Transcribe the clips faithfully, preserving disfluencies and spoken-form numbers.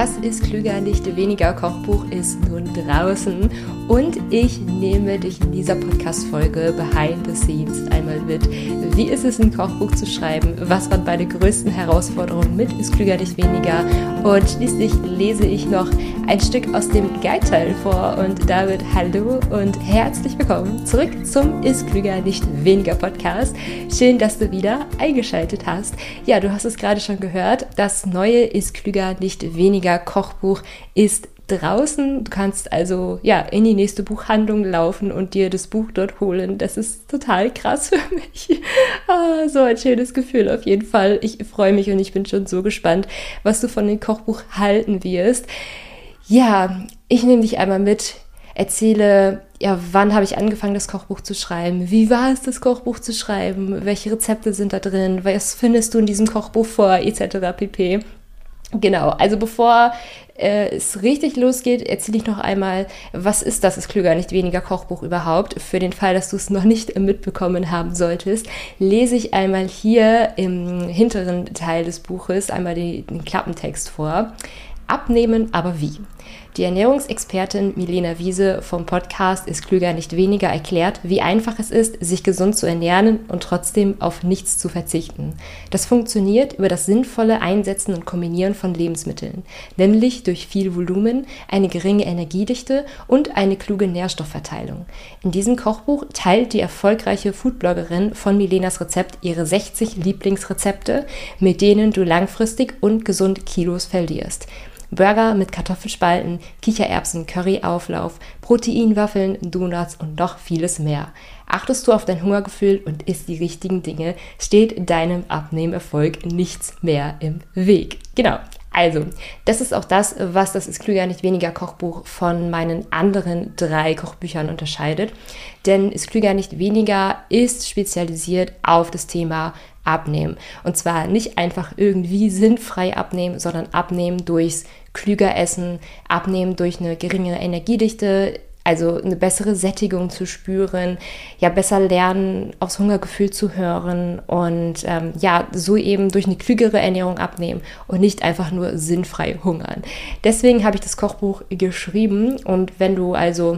Das ist Klüger, nicht weniger Kochbuch ist nun draußen und ich nehme dich in dieser Podcast-Folge behind the scenes einmal mit. Wie ist es, ein Kochbuch zu schreiben? Was waren meine größten Herausforderungen mit Ist Klüger, nicht weniger? Und schließlich lese ich noch ein Stück aus dem Guide-Teil vor und damit hallo und herzlich willkommen zurück zum Ist Klüger, nicht weniger Podcast. Schön, dass du wieder eingeschaltet hast. Ja, du hast es gerade schon gehört, das neue Ist Klüger, nicht weniger Kochbuch ist draußen. Du kannst also ja in die nächste Buchhandlung laufen und dir das Buch dort holen. Das ist total krass für mich. Ah, so ein schönes Gefühl auf jeden Fall. Ich freue mich und ich bin schon so gespannt, was du von dem Kochbuch halten wirst. Ja, ich nehme dich einmal mit, erzähle, ja, wann habe ich angefangen, das Kochbuch zu schreiben? Wie war es, das Kochbuch zu schreiben? Welche Rezepte sind da drin? Was findest du in diesem Kochbuch vor? Etc. pp. Genau, also bevor äh, es richtig losgeht, erzähle ich noch einmal, was ist das Ist Klüger, nicht weniger Kochbuch überhaupt? Für den Fall, dass du es noch nicht mitbekommen haben solltest, lese ich einmal hier im hinteren Teil des Buches einmal die, den Klappentext vor. Abnehmen, aber wie? Die Ernährungsexpertin Milena Wiese vom Podcast Ist Klüger, nicht weniger erklärt, wie einfach es ist, sich gesund zu ernähren und trotzdem auf nichts zu verzichten. Das funktioniert über das sinnvolle Einsetzen und Kombinieren von Lebensmitteln, nämlich durch viel Volumen, eine geringe Energiedichte und eine kluge Nährstoffverteilung. In diesem Kochbuch teilt die erfolgreiche Foodbloggerin von Milenas Rezept ihre sechzig Lieblingsrezepte, mit denen du langfristig und gesund Kilos verlierst. Burger mit Kartoffelspalten, Kichererbsen, Curryauflauf, Proteinwaffeln, Donuts und noch vieles mehr. Achtest du auf dein Hungergefühl und isst die richtigen Dinge, steht deinem Abnehmerfolg nichts mehr im Weg. Genau. Also, das ist auch das, was das Ist Klüger, nicht weniger Kochbuch von meinen anderen drei Kochbüchern unterscheidet. Denn Ist Klüger, nicht weniger ist spezialisiert auf das Thema Abnehmen. Und zwar nicht einfach irgendwie sinnfrei abnehmen, sondern abnehmen durchs klüger Essen, abnehmen durch eine geringere Energiedichte, also eine bessere Sättigung zu spüren, ja besser lernen, aufs Hungergefühl zu hören und ähm, ja so eben durch eine klügere Ernährung abnehmen und nicht einfach nur sinnfrei hungern. Deswegen habe ich das Kochbuch geschrieben und wenn du also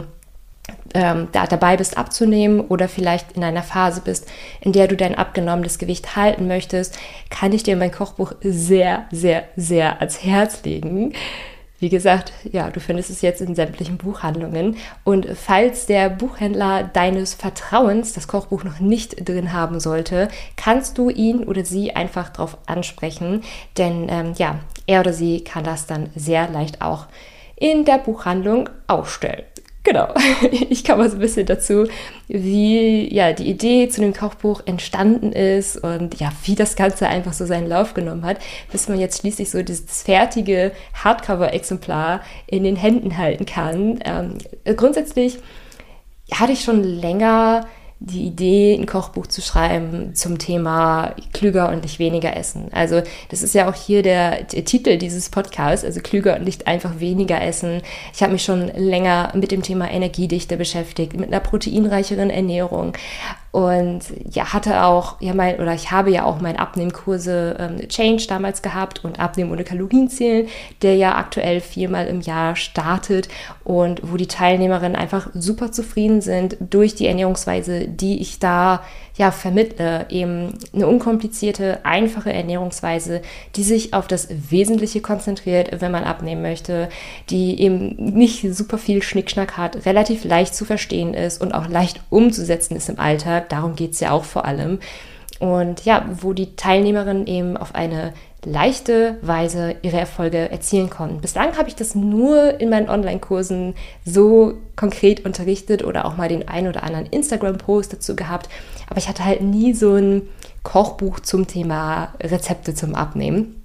ähm, da dabei bist abzunehmen oder vielleicht in einer Phase bist, in der du dein abgenommenes Gewicht halten möchtest, kann ich dir mein Kochbuch sehr, sehr, sehr ans Herz legen. Wie gesagt, ja, du findest es jetzt in sämtlichen Buchhandlungen. Und falls der Buchhändler deines Vertrauens das Kochbuch noch nicht drin haben sollte, kannst du ihn oder sie einfach drauf ansprechen. Denn ähm, ja, er oder sie kann das dann sehr leicht auch in der Buchhandlung ausstellen. Genau, ich komme so ein bisschen dazu, wie ja die Idee zu dem Kochbuch entstanden ist und ja, wie das Ganze einfach so seinen Lauf genommen hat, bis man jetzt schließlich so dieses fertige Hardcover-Exemplar in den Händen halten kann. Ähm, grundsätzlich hatte ich schon länger die Idee, ein Kochbuch zu schreiben zum Thema klüger und nicht weniger essen. Also das ist ja auch hier der, der Titel dieses Podcasts, also klüger und nicht einfach weniger essen. Ich habe mich schon länger mit dem Thema Energiedichte beschäftigt, mit einer proteinreicheren Ernährung und ja, hatte auch, ja mein, oder ich habe ja auch meinen Abnehmkurse ähm, Change damals gehabt und Abnehmen ohne Kalorienzählen, der ja aktuell viermal im Jahr startet und wo die Teilnehmerinnen einfach super zufrieden sind durch die Ernährungsweise, die ich da ja vermittle, eben eine unkomplizierte, einfache Ernährungsweise, die sich auf das Wesentliche konzentriert, wenn man abnehmen möchte, die eben nicht super viel Schnickschnack hat, relativ leicht zu verstehen ist und auch leicht umzusetzen ist im Alltag. Darum geht es ja auch vor allem. Und ja, wo die Teilnehmerinnen eben auf eine leichte Weise ihre Erfolge erzielen konnten. Bislang habe ich das nur in meinen Online-Kursen so konkret unterrichtet oder auch mal den ein oder anderen Instagram-Post dazu gehabt, aber ich hatte halt nie so ein Kochbuch zum Thema Rezepte zum Abnehmen.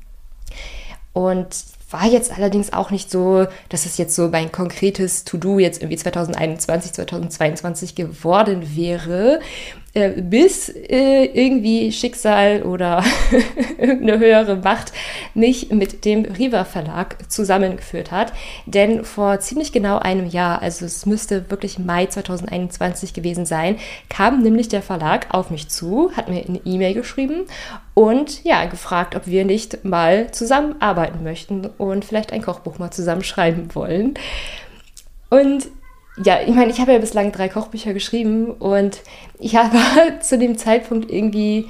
Und war jetzt allerdings auch nicht so, dass es jetzt so mein konkretes To-Do jetzt irgendwie zwanzig einundzwanzig, zwanzig zweiundzwanzig geworden wäre, äh, bis äh, irgendwie Schicksal oder irgendeine höhere Macht mich mit dem Riva Verlag zusammengeführt hat. Denn vor ziemlich genau einem Jahr, also es müsste wirklich Mai zwanzig einundzwanzig gewesen sein, kam nämlich der Verlag auf mich zu, hat mir eine E-Mail geschrieben und ja, gefragt, ob wir nicht mal zusammenarbeiten möchten und vielleicht ein Kochbuch mal zusammen schreiben wollen. Und ja, ich meine, ich habe ja bislang drei Kochbücher geschrieben und ich war zu dem Zeitpunkt irgendwie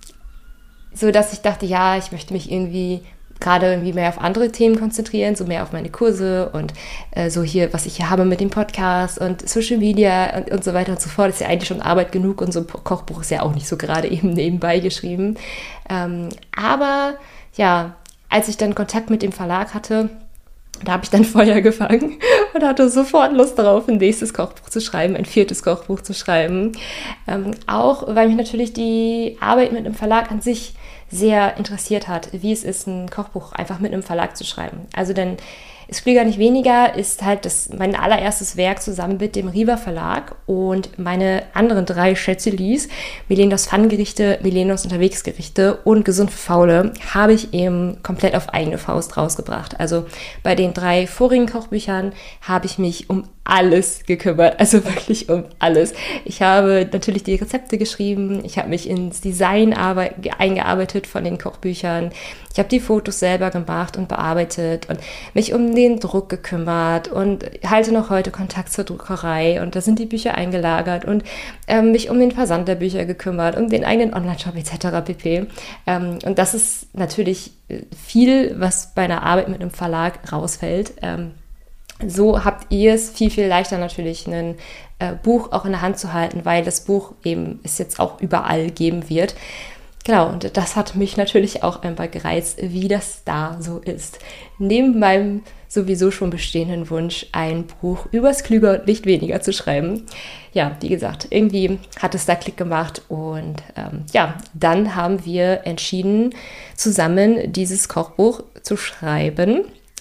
so, dass ich dachte, ja, ich möchte mich irgendwie gerade irgendwie mehr auf andere Themen konzentrieren, so mehr auf meine Kurse und äh, so hier, was ich hier habe mit dem Podcast und Social Media und, und so weiter und so fort. Das ist ja eigentlich schon Arbeit genug und so ein Kochbuch ist ja auch nicht so gerade eben nebenbei geschrieben. Ähm, aber ja, als ich dann Kontakt mit dem Verlag hatte, da habe ich dann Feuer gefangen und hatte sofort Lust darauf, ein nächstes Kochbuch zu schreiben, ein viertes Kochbuch zu schreiben. Ähm, auch weil mich natürlich die Arbeit mit einem Verlag an sich sehr interessiert hat, wie es ist, ein Kochbuch einfach mit einem Verlag zu schreiben. Also denn Es Glüh gar nicht weniger ist halt das, mein allererstes Werk zusammen mit dem Riva Verlag und meine anderen drei Schätzelis, Milenos Pfannengerichte, Milenos Unterwegsgerichte und Gesund für Faule, habe ich eben komplett auf eigene Faust rausgebracht. Also bei den drei vorigen Kochbüchern habe ich mich um alles gekümmert, also wirklich um alles. Ich habe natürlich die Rezepte geschrieben, ich habe mich ins Design arbeit- eingearbeitet von den Kochbüchern, ich habe die Fotos selber gemacht und bearbeitet und mich um den Druck gekümmert und halte noch heute Kontakt zur Druckerei und da sind die Bücher eingelagert und ähm, mich um den Versand der Bücher gekümmert, um den eigenen Online-Shop et cetera pp. Ähm, und das ist natürlich viel, was bei einer Arbeit mit einem Verlag rausfällt. Ähm, So habt ihr es viel, viel leichter natürlich, ein äh, Buch auch in der Hand zu halten, weil das Buch eben es jetzt auch überall geben wird. Genau, und das hat mich natürlich auch einmal gereizt, wie das da so ist. Neben meinem sowieso schon bestehenden Wunsch, ein Buch übers Klüger und nicht weniger zu schreiben. Ja, wie gesagt, irgendwie hat es da Klick gemacht und ähm, ja, dann haben wir entschieden, zusammen dieses Kochbuch zu schreiben.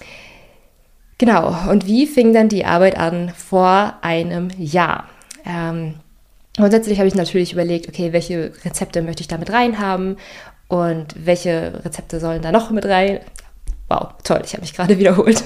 Genau, und wie fing dann die Arbeit an vor einem Jahr? Ähm, grundsätzlich habe ich natürlich überlegt, okay, welche Rezepte möchte ich da mit rein haben und welche Rezepte sollen da noch mit rein? Wow, toll, ich habe mich gerade wiederholt.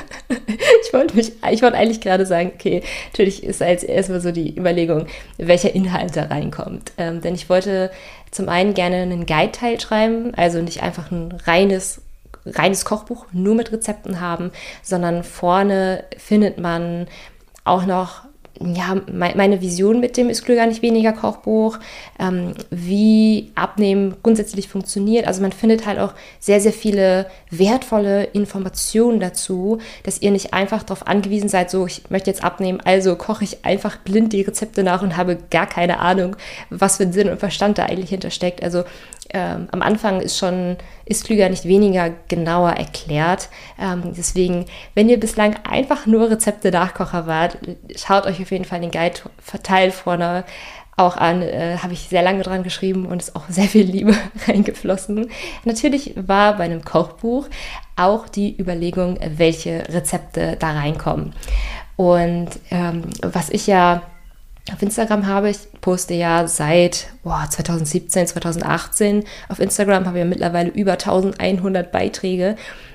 ich wollte mich, ich wollte eigentlich gerade sagen, okay, natürlich ist als erstmal so die Überlegung, welcher Inhalt da reinkommt. Ähm, denn ich wollte zum einen gerne einen Guide-Teil schreiben, also nicht einfach ein reines reines Kochbuch nur mit Rezepten haben, sondern vorne findet man auch noch ja, meine Vision mit dem Ist Glüh gar nicht weniger Kochbuch, ähm, wie Abnehmen grundsätzlich funktioniert. Also man findet halt auch sehr, sehr viele wertvolle Informationen dazu, dass ihr nicht einfach darauf angewiesen seid, so ich möchte jetzt abnehmen, also koche ich einfach blind die Rezepte nach und habe gar keine Ahnung, was für Sinn und Verstand da eigentlich hintersteckt. Also Ähm, am Anfang ist schon, Ist Glüh gar nicht weniger genauer erklärt. Ähm, deswegen, wenn ihr bislang einfach nur Rezepte-Nachkocher wart, schaut euch auf jeden Fall den Guide-Teil vorne auch an. Äh, habe ich sehr lange dran geschrieben und ist auch sehr viel Liebe reingeflossen. Natürlich war bei einem Kochbuch auch die Überlegung, welche Rezepte da reinkommen. Und ähm, was ich ja auf Instagram habe, ich poste ja seit boah, zwanzig siebzehn, zwanzig achtzehn auf Instagram, habe ja mittlerweile über elfhundert Beiträge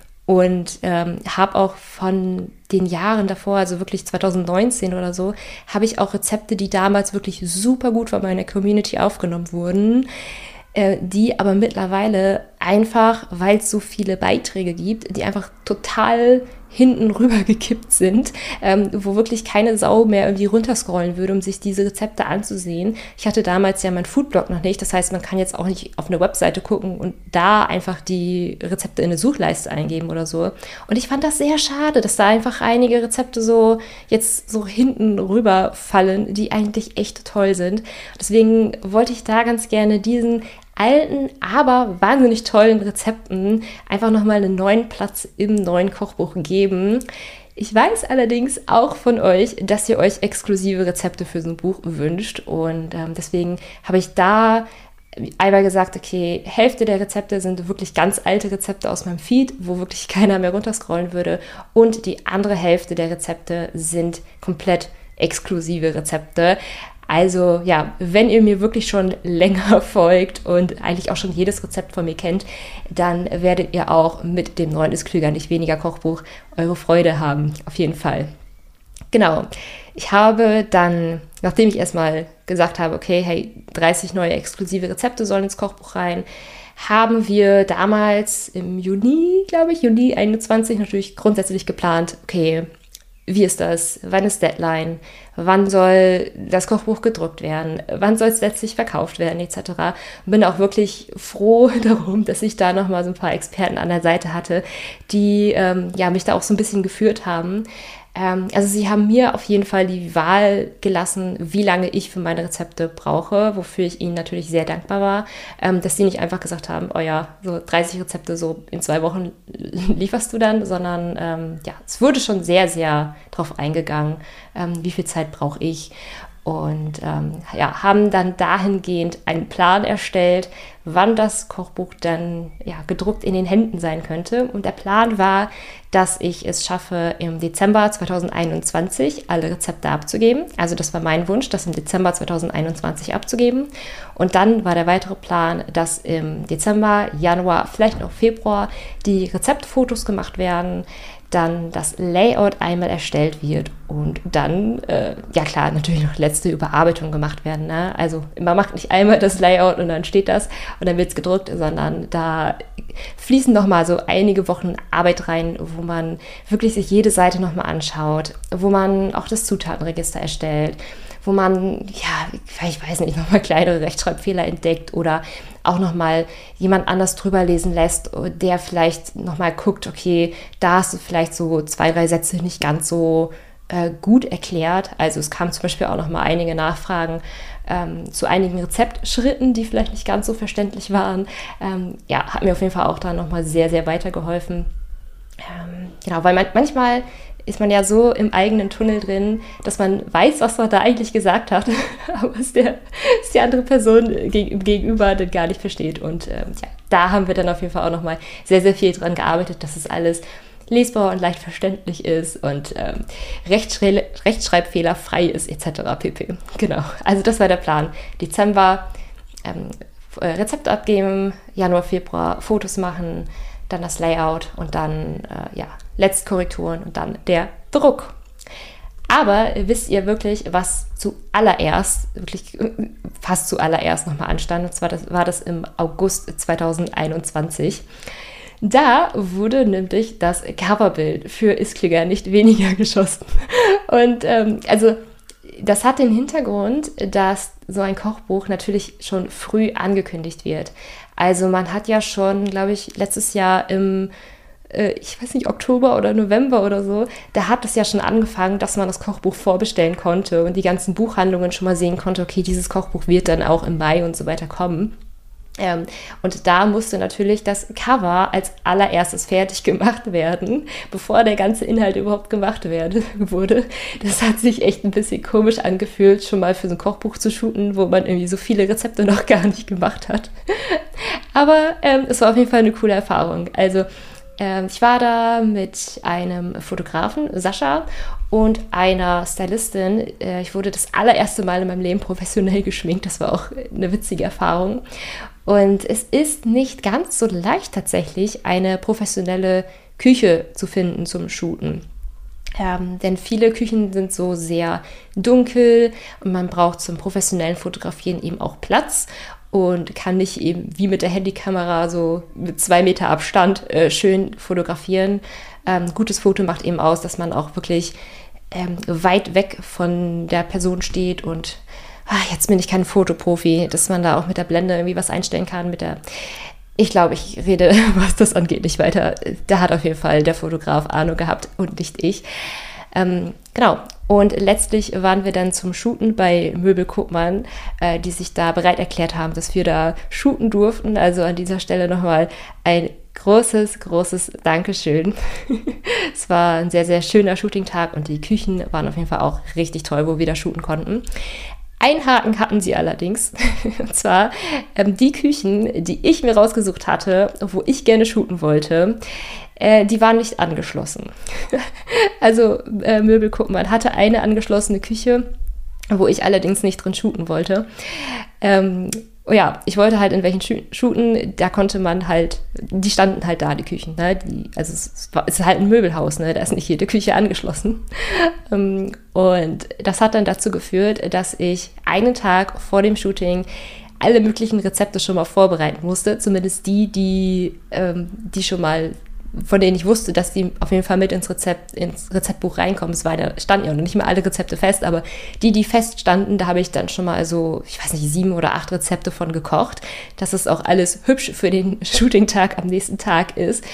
und ähm, habe auch von den Jahren davor, also wirklich zwanzig neunzehn oder so, habe ich auch Rezepte, die damals wirklich super gut von meiner Community aufgenommen wurden, äh, die aber mittlerweile einfach, weil es so viele Beiträge gibt, die einfach total hinten rüber gekippt sind, ähm, wo wirklich keine Sau mehr irgendwie runterscrollen würde, um sich diese Rezepte anzusehen. Ich hatte damals ja meinen Foodblog noch nicht, das heißt, man kann jetzt auch nicht auf eine Webseite gucken und da einfach die Rezepte in eine Suchleiste eingeben oder so. Und ich fand das sehr schade, dass da einfach einige Rezepte so jetzt so hinten rüber fallen, die eigentlich echt toll sind. Deswegen wollte ich da ganz gerne diesen alten, aber wahnsinnig tollen Rezepten einfach nochmal einen neuen Platz im neuen Kochbuch geben. Ich weiß allerdings auch von euch, dass ihr euch exklusive Rezepte für so ein Buch wünscht und ähm, deswegen habe ich da einmal gesagt, okay, Hälfte der Rezepte sind wirklich ganz alte Rezepte aus meinem Feed, wo wirklich keiner mehr runterscrollen würde und die andere Hälfte der Rezepte sind komplett exklusive Rezepte. Also ja, wenn ihr mir wirklich schon länger folgt und eigentlich auch schon jedes Rezept von mir kennt, dann werdet ihr auch mit dem neuen Ist klüger, nicht weniger Kochbuch eure Freude haben, auf jeden Fall. Genau, ich habe dann, nachdem ich erstmal gesagt habe, okay, hey, dreißig neue exklusive Rezepte sollen ins Kochbuch rein, haben wir damals im Juni, glaube ich, Juni einundzwanzig natürlich grundsätzlich geplant, okay, wie ist das, wann ist Deadline, wann soll das Kochbuch gedruckt werden, wann soll es letztlich verkauft werden, et cetera. Und bin auch wirklich froh darum, dass ich da nochmal so ein paar Experten an der Seite hatte, die ähm, ja, mich da auch so ein bisschen geführt haben. Ähm, also sie haben mir auf jeden Fall die Wahl gelassen, wie lange ich für meine Rezepte brauche, wofür ich ihnen natürlich sehr dankbar war, ähm, dass sie nicht einfach gesagt haben, oh ja, so dreißig Rezepte so in zwei Wochen lieferst du dann, sondern ähm, ja, es wurde schon sehr, sehr drauf eingegangen, ähm, wie viel Zeit brauche ich. Und ähm, ja, haben dann dahingehend einen Plan erstellt, wann das Kochbuch dann ja, gedruckt in den Händen sein könnte. Und der Plan war, dass ich es schaffe, im Dezember zweitausendeinundzwanzig alle Rezepte abzugeben. Also das war mein Wunsch, das im Dezember zweitausendeinundzwanzig abzugeben. Und dann war der weitere Plan, dass im Dezember, Januar, vielleicht noch Februar die Rezeptfotos gemacht werden, dann das Layout einmal erstellt wird und dann, äh, ja klar, natürlich noch letzte Überarbeitung gemacht werden. Ne? Also man macht nicht einmal das Layout und dann steht das und dann wird es gedruckt, sondern da fließen nochmal so einige Wochen Arbeit rein, wo man wirklich sich jede Seite nochmal anschaut, wo man auch das Zutatenregister erstellt, wo man, ja, ich weiß nicht, nochmal kleinere Rechtschreibfehler entdeckt oder auch nochmal jemand anders drüber lesen lässt, der vielleicht nochmal guckt, okay, da hast du vielleicht so zwei, drei Sätze nicht ganz so äh, gut erklärt. Also es kamen zum Beispiel auch nochmal einige Nachfragen ähm, zu einigen Rezeptschritten, die vielleicht nicht ganz so verständlich waren. Ähm, ja, hat mir auf jeden Fall auch da nochmal sehr, sehr weitergeholfen. Ähm, genau, weil man, manchmal ist man ja so im eigenen Tunnel drin, dass man weiß, was man da eigentlich gesagt hat, aber es der, es die andere Person gegenüber dann gar nicht versteht. Und ähm, ja, da haben wir dann auf jeden Fall auch nochmal sehr, sehr viel dran gearbeitet, dass es alles lesbar und leicht verständlich ist und ähm, Rechtschre- Rechtschreibfehler frei ist, et cetera pp. Genau, also das war der Plan. Dezember ähm, Rezept abgeben, Januar, Februar Fotos machen, dann das Layout und dann, äh, ja, Letztkorrekturen und dann der Druck. Aber wisst ihr wirklich, was zuallererst, wirklich fast zuallererst nochmal anstand? Und zwar das, war das im August zweitausendeinundzwanzig. Da wurde nämlich das Coverbild für Ist klüger, nicht weniger geschossen. Und ähm, also das hat den Hintergrund, dass so ein Kochbuch natürlich schon früh angekündigt wird. Also man hat ja schon, glaube ich, letztes Jahr im, äh, ich weiß nicht, Oktober oder November oder so, da hat es ja schon angefangen, dass man das Kochbuch vorbestellen konnte und die ganzen Buchhandlungen schon mal sehen konnte, okay, dieses Kochbuch wird dann auch im Mai und so weiter kommen. Ähm, und da musste natürlich das Cover als allererstes fertig gemacht werden, bevor der ganze Inhalt überhaupt gemacht werde, wurde. Das hat sich echt ein bisschen komisch angefühlt, schon mal für so ein Kochbuch zu shooten, wo man irgendwie so viele Rezepte noch gar nicht gemacht hat. Aber ähm, es war auf jeden Fall eine coole Erfahrung. Also ähm, ich war da mit einem Fotografen, Sascha, und einer Stylistin. Äh, ich wurde das allererste Mal in meinem Leben professionell geschminkt. Das war auch eine witzige Erfahrung. Und es ist nicht ganz so leicht tatsächlich, eine professionelle Küche zu finden zum Shooten. Ähm, denn viele Küchen sind so sehr dunkel und man braucht zum professionellen Fotografieren eben auch Platz und kann nicht eben wie mit der Handykamera so mit zwei Meter Abstand äh, schön fotografieren. Ähm, gutes Foto macht eben aus, dass man auch wirklich ähm, weit weg von der Person steht und ach, jetzt bin ich kein Fotoprofi, dass man da auch mit der Blende irgendwie was einstellen kann. Mit der, ich glaube, ich rede, was das angeht, nicht weiter. Da hat auf jeden Fall der Fotograf Ahnung gehabt und nicht ich. Ähm, genau. Und letztlich waren wir dann zum Shooten bei Möbel Koopmann, äh, die sich da bereit erklärt haben, dass wir da shooten durften. Also an dieser Stelle nochmal ein großes, großes Dankeschön. Es war ein sehr, sehr schöner Shooting-Tag und die Küchen waren auf jeden Fall auch richtig toll, wo wir da shooten konnten. Ein Haken hatten sie allerdings, und zwar ähm, die Küchen, die ich mir rausgesucht hatte, wo ich gerne shooten wollte, äh, die waren nicht angeschlossen. Also äh, Möbel Koopmann hatte eine angeschlossene Küche, wo ich allerdings nicht drin shooten wollte. Ähm, oh ja, ich wollte halt in welchen shooten, da konnte man halt, die standen halt da, die Küchen, ne? Die, also es, war, es ist halt ein Möbelhaus, ne? Da ist nicht jede Küche angeschlossen. Ähm, und das hat dann dazu geführt, dass ich einen Tag vor dem Shooting alle möglichen Rezepte schon mal vorbereiten musste, zumindest die, die, ähm, die schon mal, von denen ich wusste, dass die auf jeden Fall mit ins Rezept, ins Rezeptbuch reinkommen. Es war, da standen ja noch nicht mal alle Rezepte fest, aber die, die feststanden, da habe ich dann schon mal so, ich weiß nicht, sieben oder acht Rezepte von gekocht, dass es auch alles hübsch für den Shooting-Tag am nächsten Tag ist.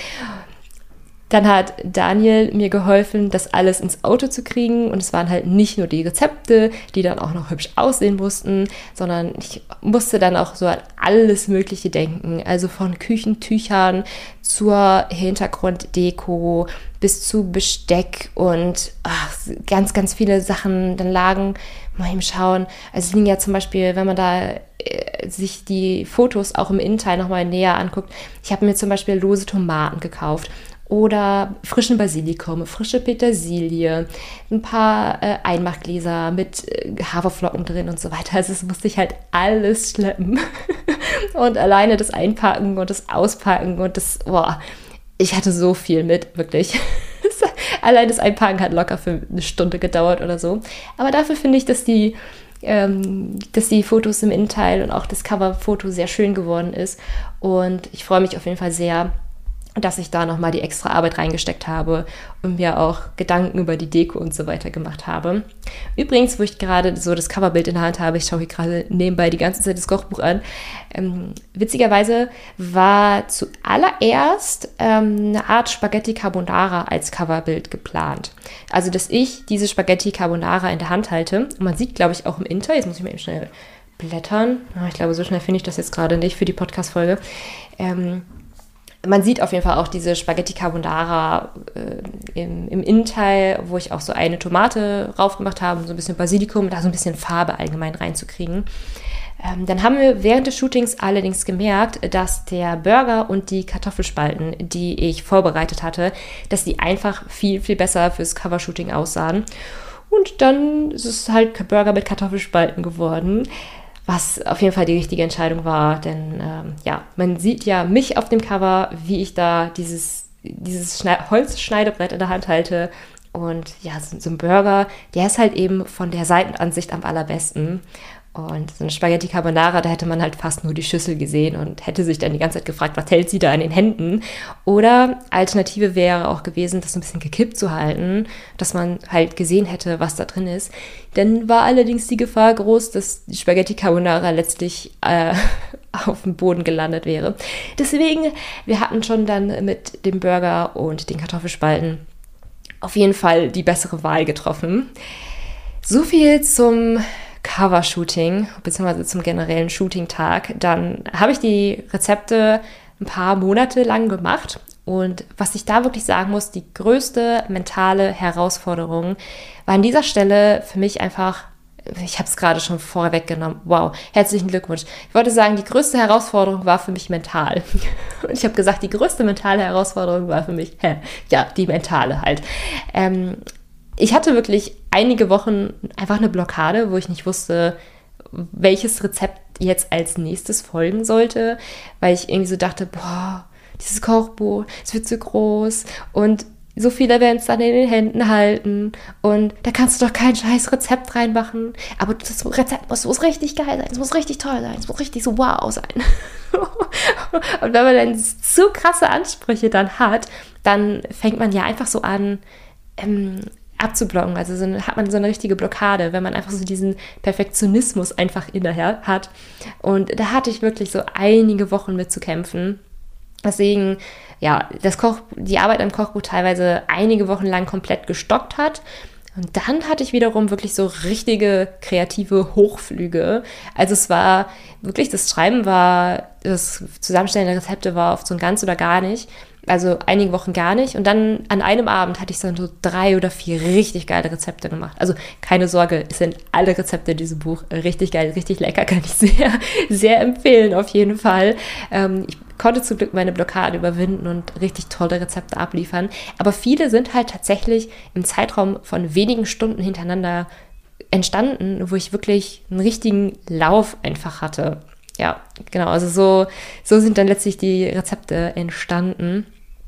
Dann hat Daniel mir geholfen, das alles ins Auto zu kriegen. Und es waren halt nicht nur die Rezepte, die dann auch noch hübsch aussehen mussten, sondern ich musste dann auch so an alles Mögliche denken. Also von Küchentüchern zur Hintergrunddeko bis zu Besteck und ach, ganz, ganz viele Sachen. Dann lagen, mal eben schauen, also es liegen ja zum Beispiel, wenn man da äh, sich die Fotos auch im Innenteil nochmal näher anguckt, ich habe mir zum Beispiel lose Tomaten gekauft. Oder frischen Basilikum, frische Petersilie, ein paar äh, Einmachgläser mit äh, Haferflocken drin und so weiter. Also das musste ich halt alles schleppen. Und alleine das Einpacken und das Auspacken und das, boah, ich hatte so viel mit, wirklich. Allein das Einpacken hat locker für eine Stunde gedauert oder so. Aber dafür finde ich, dass die, ähm, dass die Fotos im Innenteil und auch das Coverfoto sehr schön geworden ist. Und ich freue mich auf jeden Fall sehr, dass ich da nochmal die extra Arbeit reingesteckt habe und mir auch Gedanken über die Deko und so weiter gemacht habe. Übrigens, wo ich gerade so das Coverbild in der Hand habe, ich schaue hier gerade nebenbei die ganze Zeit das Kochbuch an, ähm, witzigerweise war zuallererst ähm, eine Art Spaghetti Carbonara als Coverbild geplant. Also, dass ich diese Spaghetti Carbonara in der Hand halte. Und man sieht, glaube ich, auch im Inter, jetzt muss ich mal eben schnell blättern. Ich glaube, so schnell finde ich das jetzt gerade nicht für die Podcast-Folge. Ähm, Man sieht auf jeden Fall auch diese Spaghetti Carbonara äh, im, im Innenteil, wo ich auch so eine Tomate raufgemacht habe, so ein bisschen Basilikum, da so ein bisschen Farbe allgemein reinzukriegen. Ähm, dann haben wir während des Shootings allerdings gemerkt, dass der Burger und die Kartoffelspalten, die ich vorbereitet hatte, dass die einfach viel, viel besser fürs Covershooting aussahen. Und dann ist es halt Burger mit Kartoffelspalten geworden, was auf jeden Fall die richtige Entscheidung war, denn ähm, ja, man sieht ja mich auf dem Cover, wie ich da dieses, dieses Schne- Holzschneidebrett in der Hand halte und ja, so, so ein Burger, der ist halt eben von der Seitenansicht am allerbesten. Und so eine Spaghetti Carbonara, da hätte man halt fast nur die Schüssel gesehen und hätte sich dann die ganze Zeit gefragt, was hält sie da in den Händen? Oder Alternative wäre auch gewesen, das so ein bisschen gekippt zu halten, dass man halt gesehen hätte, was da drin ist. Dann war allerdings die Gefahr groß, dass die Spaghetti Carbonara letztlich äh, auf dem Boden gelandet wäre. Deswegen, wir hatten schon dann mit dem Burger und den Kartoffelspalten auf jeden Fall die bessere Wahl getroffen. So viel zum Cover-Shooting, beziehungsweise zum generellen Shooting-Tag. Dann habe ich die Rezepte ein paar Monate lang gemacht und was ich da wirklich sagen muss, die größte mentale Herausforderung war an dieser Stelle für mich einfach, ich habe es gerade schon vorweggenommen, wow, herzlichen Glückwunsch. Ich wollte sagen, die größte Herausforderung war für mich mental. Und ich habe gesagt, die größte mentale Herausforderung war für mich, hä, ja, die mentale halt. Ähm, Ich hatte wirklich einige Wochen einfach eine Blockade, wo ich nicht wusste, welches Rezept jetzt als nächstes folgen sollte, weil ich irgendwie so dachte, boah, dieses Kochbuch, es wird zu groß und so viele werden es dann in den Händen halten und da kannst du doch kein scheiß Rezept reinmachen, aber das Rezept muss, muss richtig geil sein, es muss richtig toll sein, es muss richtig so wow sein. Und wenn man dann zu krasse Ansprüche dann hat, dann fängt man ja einfach so an, ähm, abzublocken, also so eine, hat man so eine richtige Blockade, wenn man einfach so diesen Perfektionismus einfach innerher hat. Und da hatte ich wirklich so einige Wochen mit zu kämpfen. Deswegen, ja, das Koch, die Arbeit am Kochbuch teilweise einige Wochen lang komplett gestockt hat. Und dann hatte ich wiederum wirklich so richtige kreative Hochflüge. Also es war wirklich, das Schreiben war, das Zusammenstellen der Rezepte war oft so ein ganz oder gar nicht. Also einige Wochen gar nicht. Und dann an einem Abend hatte ich dann so drei oder vier richtig geile Rezepte gemacht. Also keine Sorge, es sind alle Rezepte in diesem Buch richtig geil, richtig lecker, kann ich sehr, sehr empfehlen auf jeden Fall. Ähm, ich konnte zum Glück meine Blockade überwinden und richtig tolle Rezepte abliefern. Aber viele sind halt tatsächlich im Zeitraum von wenigen Stunden hintereinander entstanden, wo ich wirklich einen richtigen Lauf einfach hatte. Ja, genau, also so, so sind dann letztlich die Rezepte entstanden.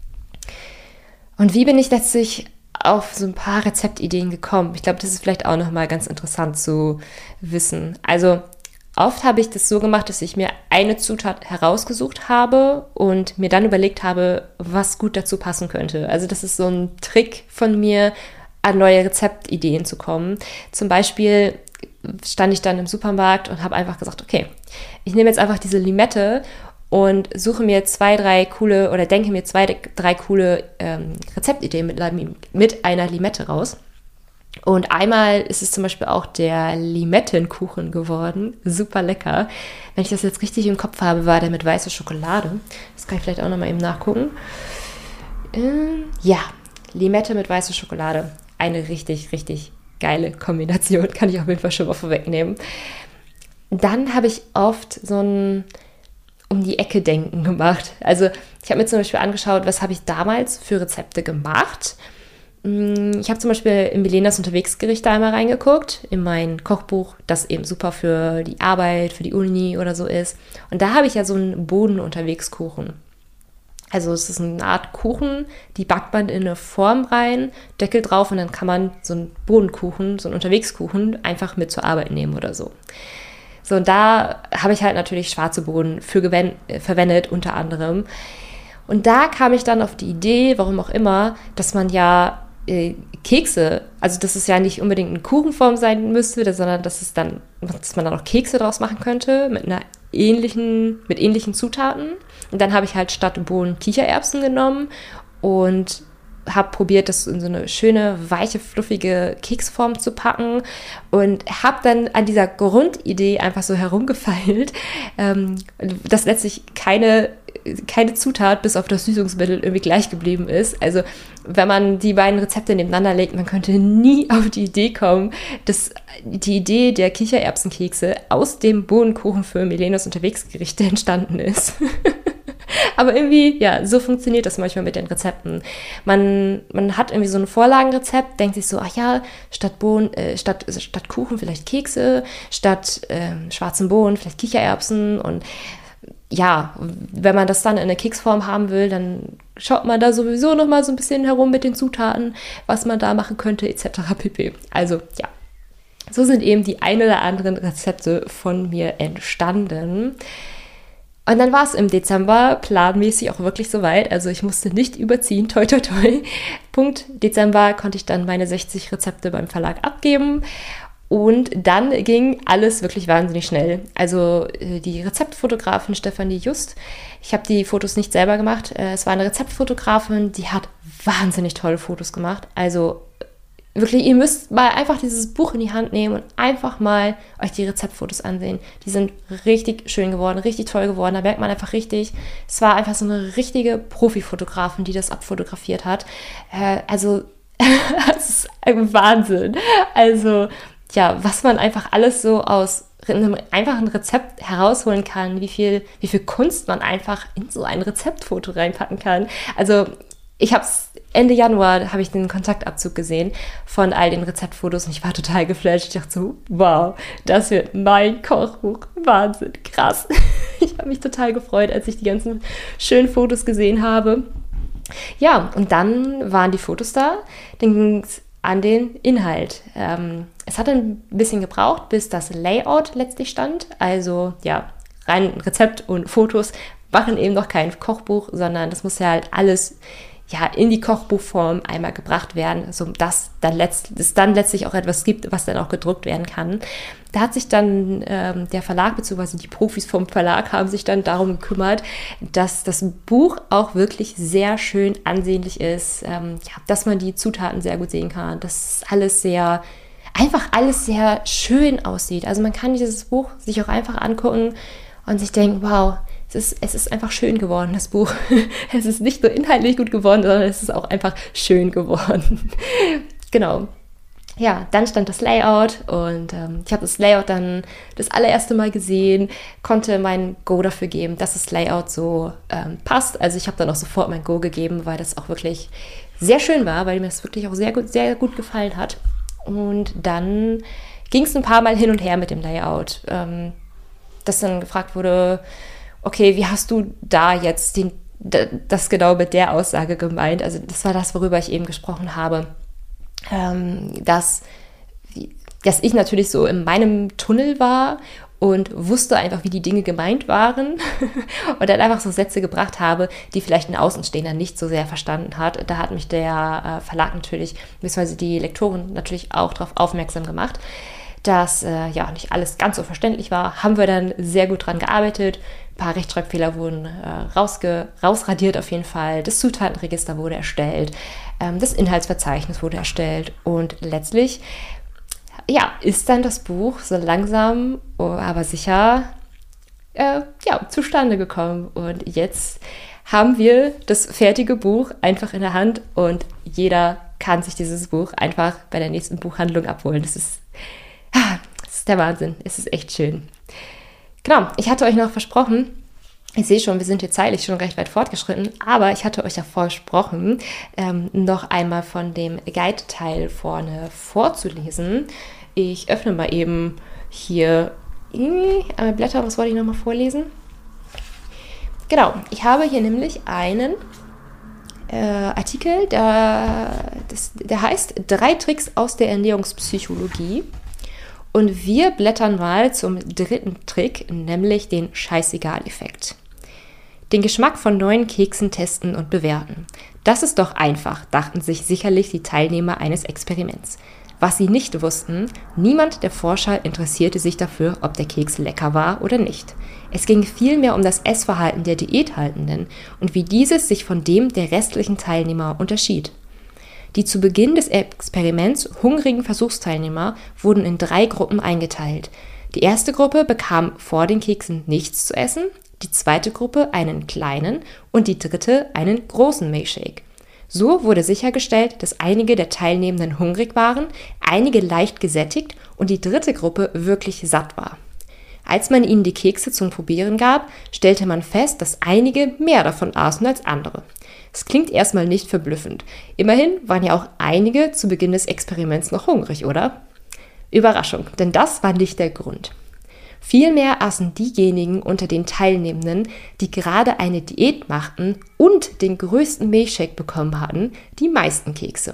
Und wie bin ich letztlich auf so ein paar Rezeptideen gekommen? Ich glaube, das ist vielleicht auch nochmal ganz interessant zu wissen. Also oft habe ich das so gemacht, dass ich mir eine Zutat herausgesucht habe und mir dann überlegt habe, was gut dazu passen könnte. Also das ist so ein Trick von mir, an neue Rezeptideen zu kommen. Zum Beispiel stand ich dann im Supermarkt und habe einfach gesagt, okay, ich nehme jetzt einfach diese Limette und suche mir zwei, drei coole oder denke mir zwei, drei coole ähm, Rezeptideen mit, mit einer Limette raus. Und einmal ist es zum Beispiel auch der Limettenkuchen geworden. Super lecker. Wenn ich das jetzt richtig im Kopf habe, war der mit weißer Schokolade. Das kann ich vielleicht auch nochmal eben nachgucken. Ähm, ja, Limette mit weißer Schokolade. Eine richtig, richtig geile Kombination. Kann ich auf jeden Fall schon mal vorwegnehmen. Dann habe ich oft so ein um die Ecke denken gemacht. Also ich habe mir zum Beispiel angeschaut, was habe ich damals für Rezepte gemacht. Ich habe zum Beispiel in Milenas Unterwegsgerichte einmal reingeguckt, in mein Kochbuch, das eben super für die Arbeit, für die Uni oder so ist. Und da habe ich ja so einen Boden-Unterwegskuchen. Also es ist eine Art Kuchen, die backt man in eine Form rein, Deckel drauf und dann kann man so einen Bodenkuchen, so einen Unterwegskuchen einfach mit zur Arbeit nehmen oder so. So, und da habe ich halt natürlich schwarze Bohnen für gewen- äh, verwendet, unter anderem. Und da kam ich dann auf die Idee, warum auch immer, dass man ja äh, Kekse, also dass es ja nicht unbedingt eine Kuchenform sein müsste, sondern dass es dann, dass man dann auch Kekse draus machen könnte mit einer ähnlichen, mit ähnlichen Zutaten. Und dann habe ich halt statt Bohnen Kichererbsen genommen und habe probiert, das in so eine schöne, weiche, fluffige Keksform zu packen und habe dann an dieser Grundidee einfach so herumgefeilt, ähm, dass letztlich keine, keine Zutat bis auf das Süßungsmittel irgendwie gleich geblieben ist. Also wenn man die beiden Rezepte nebeneinander legt, man könnte nie auf die Idee kommen, dass die Idee der Kichererbsenkekse aus dem Bohnenkuchen für Milenas Unterwegsgerichte entstanden ist. Aber irgendwie, ja, so funktioniert das manchmal mit den Rezepten. Man, man hat irgendwie so ein Vorlagenrezept, denkt sich so, ach ja, statt Bohnen, äh, statt, statt Kuchen vielleicht Kekse, statt äh, schwarzen Bohnen vielleicht Kichererbsen. Und ja, wenn man das dann in eine Keksform haben will, dann schaut man da sowieso nochmal so ein bisschen herum mit den Zutaten, was man da machen könnte, et cetera pp. Also ja, so sind eben die ein oder anderen Rezepte von mir entstanden. Und dann war es im Dezember planmäßig auch wirklich soweit. Also ich musste nicht überziehen, toi toi toi. Punkt Dezember konnte ich dann meine sechzig Rezepte beim Verlag abgeben. Und dann ging alles wirklich wahnsinnig schnell. Also die Rezeptfotografin Stefanie Just, ich habe die Fotos nicht selber gemacht. Es war eine Rezeptfotografin, die hat wahnsinnig tolle Fotos gemacht. Also wirklich, ihr müsst mal einfach dieses Buch in die Hand nehmen und einfach mal euch die Rezeptfotos ansehen. Die sind richtig schön geworden, richtig toll geworden. Da merkt man einfach richtig, es war einfach so eine richtige Profifotografin, die das abfotografiert hat. Äh, also, das ist ein Wahnsinn. Also, ja, was man einfach alles so aus einem einfachen Rezept herausholen kann, wie viel, wie viel Kunst man einfach in so ein Rezeptfoto reinpacken kann. Also, ich habe es Ende Januar habe ich den Kontaktabzug gesehen von all den Rezeptfotos und ich war total geflasht. Ich dachte so, wow, das wird mein Kochbuch. Wahnsinn, krass. Ich habe mich total gefreut, als ich die ganzen schönen Fotos gesehen habe. Ja, und dann waren die Fotos da. Dann ging es an den Inhalt. Ähm, es hat ein bisschen gebraucht, bis das Layout letztlich stand. Also ja, rein Rezept und Fotos machen eben noch kein Kochbuch, sondern das muss ja halt alles ja, in die Kochbuchform einmal gebracht werden, sodass dann letzt, es dann letztlich auch etwas gibt, was dann auch gedruckt werden kann. Da hat sich dann ähm, der Verlag bzw. die Profis vom Verlag haben sich dann darum gekümmert, dass das Buch auch wirklich sehr schön ansehnlich ist, ähm, ja, dass man die Zutaten sehr gut sehen kann, dass alles sehr, einfach alles sehr schön aussieht. Also man kann dieses Buch sich auch einfach angucken und sich denken, wow, Es ist, es ist einfach schön geworden, das Buch. Es ist nicht nur inhaltlich gut geworden, sondern es ist auch einfach schön geworden. Genau. Ja, dann stand das Layout und ähm, ich habe das Layout dann das allererste Mal gesehen, konnte mein Go dafür geben, dass das Layout so ähm, passt. Also ich habe dann auch sofort mein Go gegeben, weil das auch wirklich sehr schön war, weil mir das wirklich auch sehr gut, sehr gut gefallen hat. Und dann ging es ein paar Mal hin und her mit dem Layout, ähm, dass dann gefragt wurde, okay, wie hast du da jetzt den, das genau mit der Aussage gemeint? Also das war das, worüber ich eben gesprochen habe, ähm, dass, dass ich natürlich so in meinem Tunnel war und wusste einfach, wie die Dinge gemeint waren und dann einfach so Sätze gebracht habe, die vielleicht ein Außenstehender nicht so sehr verstanden hat. Da hat mich der äh, Verlag natürlich, beziehungsweise die Lektorin natürlich auch darauf aufmerksam gemacht, dass äh, ja nicht alles ganz so verständlich war. Haben wir dann sehr gut dran gearbeitet. Ein paar Rechtschreibfehler wurden äh, rausge- rausradiert auf jeden Fall. Das Zutatenregister wurde erstellt. Ähm, das Inhaltsverzeichnis wurde erstellt. Und letztlich ja, ist dann das Buch so langsam, aber sicher äh, ja, zustande gekommen. Und jetzt haben wir das fertige Buch einfach in der Hand und jeder kann sich dieses Buch einfach bei der nächsten Buchhandlung abholen. Das ist, ah, das ist der Wahnsinn. Es ist echt schön. Genau, ich hatte euch noch versprochen, ich sehe schon, wir sind hier zeitlich schon recht weit fortgeschritten, aber ich hatte euch ja versprochen, ähm, noch einmal von dem Guide-Teil vorne vorzulesen. Ich öffne mal eben hier einmal Blätter, was wollte ich nochmal vorlesen? Genau, ich habe hier nämlich einen äh, Artikel, der, das, der heißt Drei Tricks aus der Ernährungspsychologie. Und wir blättern mal zum dritten Trick, nämlich den Scheißegal-Effekt. Den Geschmack von neuen Keksen testen und bewerten. Das ist doch einfach, dachten sich sicherlich die Teilnehmer eines Experiments. Was sie nicht wussten, niemand der Forscher interessierte sich dafür, ob der Keks lecker war oder nicht. Es ging vielmehr um das Essverhalten der Diäthaltenden und wie dieses sich von dem der restlichen Teilnehmer unterschied. Die zu Beginn des Experiments hungrigen Versuchsteilnehmer wurden in drei Gruppen eingeteilt. Die erste Gruppe bekam vor den Keksen nichts zu essen, die zweite Gruppe einen kleinen und die dritte einen großen Milchshake. So wurde sichergestellt, dass einige der Teilnehmenden hungrig waren, einige leicht gesättigt und die dritte Gruppe wirklich satt war. Als man ihnen die Kekse zum Probieren gab, stellte man fest, dass einige mehr davon aßen als andere. Es klingt erstmal nicht verblüffend. Immerhin waren ja auch einige zu Beginn des Experiments noch hungrig, oder? Überraschung, denn das war nicht der Grund. Vielmehr aßen diejenigen unter den Teilnehmenden, die gerade eine Diät machten und den größten Milchshake bekommen hatten, die meisten Kekse.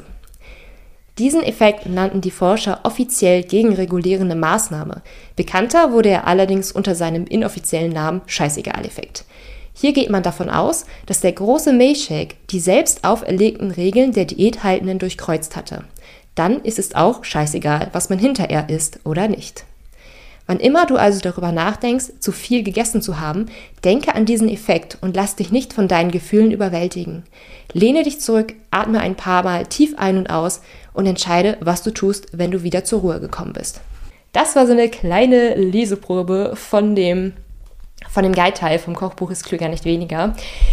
Diesen Effekt nannten die Forscher offiziell gegenregulierende Maßnahme. Bekannter wurde er allerdings unter seinem inoffiziellen Namen Scheißegal-Effekt. Hier geht man davon aus, dass der große Milchshake die selbst auferlegten Regeln der Diäthaltenden durchkreuzt hatte. Dann ist es auch scheißegal, was man hinterher isst oder nicht. Wann immer du also darüber nachdenkst, zu viel gegessen zu haben, denke an diesen Effekt und lass dich nicht von deinen Gefühlen überwältigen. Lehne dich zurück, atme ein paar Mal tief ein und aus und entscheide, was du tust, wenn du wieder zur Ruhe gekommen bist. Das war so eine kleine Leseprobe von dem, von dem Guide-Teil vom Kochbuch ist klüger, nicht weniger.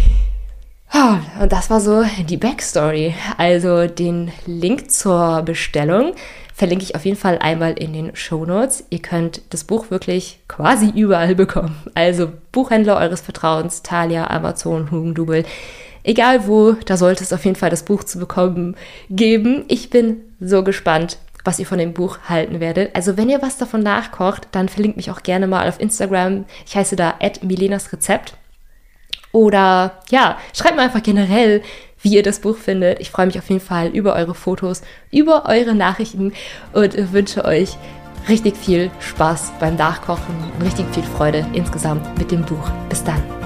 Und das war so die Backstory. Also den Link zur Bestellung verlinke ich auf jeden Fall einmal in den Shownotes. Ihr könnt das Buch wirklich quasi überall bekommen. Also Buchhändler eures Vertrauens, Thalia, Amazon, Hugendubel, egal wo, da sollte es auf jeden Fall das Buch zu bekommen geben. Ich bin so gespannt, was ihr von dem Buch halten werdet. Also wenn ihr was davon nachkocht, dann verlinkt mich auch gerne mal auf Instagram. Ich heiße da at milenas Rezept. Oder ja, schreibt mir einfach generell, wie ihr das Buch findet. Ich freue mich auf jeden Fall über eure Fotos, über eure Nachrichten und wünsche euch richtig viel Spaß beim Nachkochen und richtig viel Freude insgesamt mit dem Buch. Bis dann.